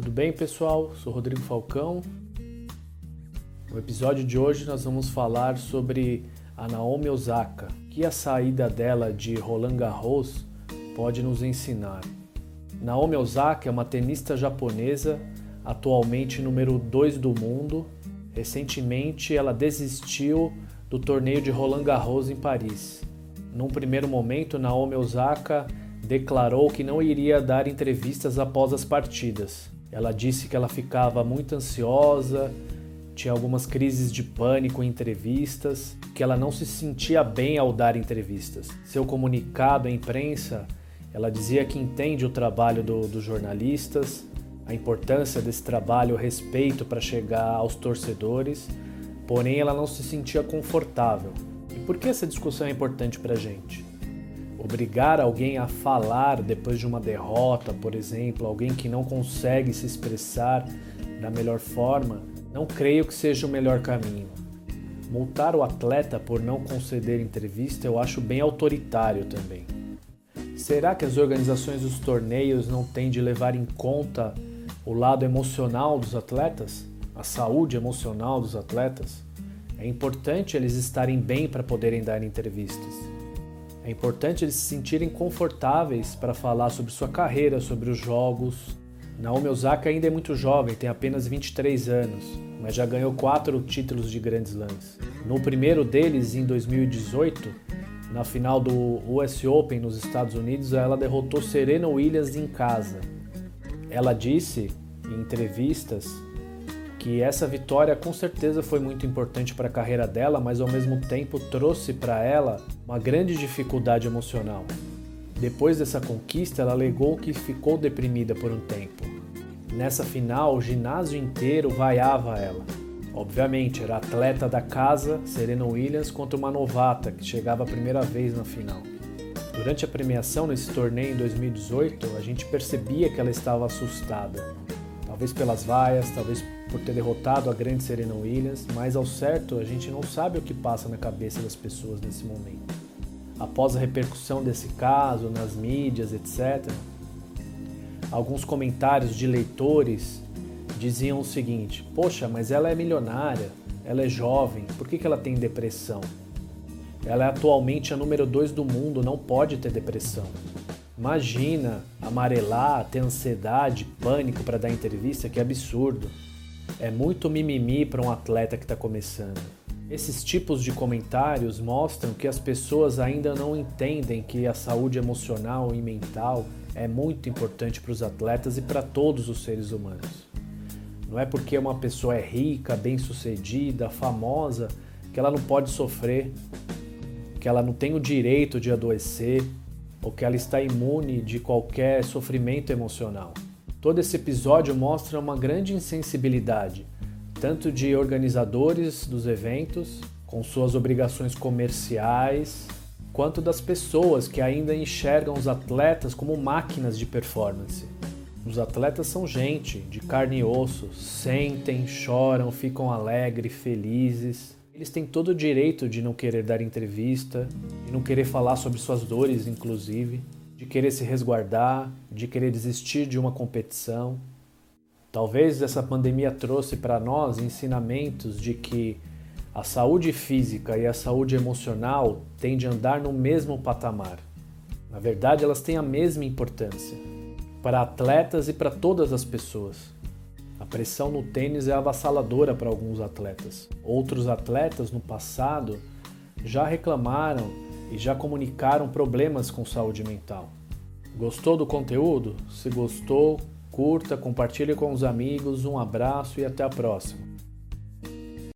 Tudo bem, pessoal? Sou Rodrigo Falcão. No episódio de hoje nós vamos falar sobre a Naomi Osaka, que a saída dela de Roland Garros pode nos ensinar. Naomi Osaka é uma tenista japonesa, atualmente número 2 do mundo. Recentemente ela desistiu do torneio de Roland Garros em Paris. Num primeiro momento, Naomi Osaka declarou que não iria dar entrevistas após as partidas. Ela disse que ela ficava muito ansiosa, tinha algumas crises de pânico em entrevistas, que ela não se sentia bem ao dar entrevistas. Seu comunicado à imprensa, ela dizia que entende o trabalho dos jornalistas, a importância desse trabalho, o respeito para chegar aos torcedores, porém ela não se sentia confortável. E por que essa discussão é importante para a gente? Obrigar alguém a falar depois de uma derrota, por exemplo, alguém que não consegue se expressar da melhor forma, não creio que seja o melhor caminho. Multar o atleta por não conceder entrevista eu acho bem autoritário também. Será que as organizações dos torneios não têm de levar em conta o lado emocional dos atletas? A saúde emocional dos atletas? É importante eles estarem bem para poderem dar entrevistas. É importante eles se sentirem confortáveis para falar sobre sua carreira, sobre os jogos. Naomi Osaka ainda é muito jovem, tem apenas 23 anos, mas já ganhou 4 títulos de Grand Slams. No primeiro deles, em 2018, na final do US Open nos Estados Unidos, ela derrotou Serena Williams em casa. Ela disse em entrevistas que essa vitória com certeza foi muito importante para a carreira dela, mas ao mesmo tempo trouxe para ela uma grande dificuldade emocional. Depois dessa conquista, ela alegou que ficou deprimida por um tempo. Nessa final, o ginásio inteiro vaiava ela. Obviamente, era a atleta da casa, Serena Williams, contra uma novata que chegava a primeira vez na final. Durante a premiação nesse torneio em 2018, a gente percebia que ela estava assustada. Talvez pelas vaias, talvez por ter derrotado a grande Serena Williams, mas ao certo a gente não sabe o que passa na cabeça das pessoas nesse momento. Após a repercussão desse caso nas mídias, etc., alguns comentários de leitores diziam o seguinte: poxa, mas ela é milionária, ela é jovem, por que ela tem depressão? Ela é atualmente a número 2 do mundo, não pode ter depressão. Imagina amarelar, ter ansiedade, pânico para dar entrevista, que absurdo. É muito mimimi para um atleta que está começando. Esses tipos de comentários mostram que as pessoas ainda não entendem que a saúde emocional e mental é muito importante para os atletas e para todos os seres humanos. Não é porque uma pessoa é rica, bem-sucedida, famosa, que ela não pode sofrer, que ela não tem o direito de adoecer, ou que ela está imune de qualquer sofrimento emocional. Todo esse episódio mostra uma grande insensibilidade, tanto de organizadores dos eventos, com suas obrigações comerciais, quanto das pessoas que ainda enxergam os atletas como máquinas de performance. Os atletas são gente, de carne e osso, sentem, choram, ficam alegres, felizes. Eles têm todo o direito de não querer dar entrevista, de não querer falar sobre suas dores, inclusive, de querer se resguardar, de querer desistir de uma competição. Talvez essa pandemia trouxe para nós ensinamentos de que a saúde física e a saúde emocional têm de andar no mesmo patamar. Na verdade, elas têm a mesma importância para atletas e para todas as pessoas. A pressão no tênis é avassaladora para alguns atletas. Outros atletas no passado já reclamaram e já comunicaram problemas com saúde mental. Gostou do conteúdo? Se gostou, curta, compartilhe com os amigos, um abraço e até a próxima.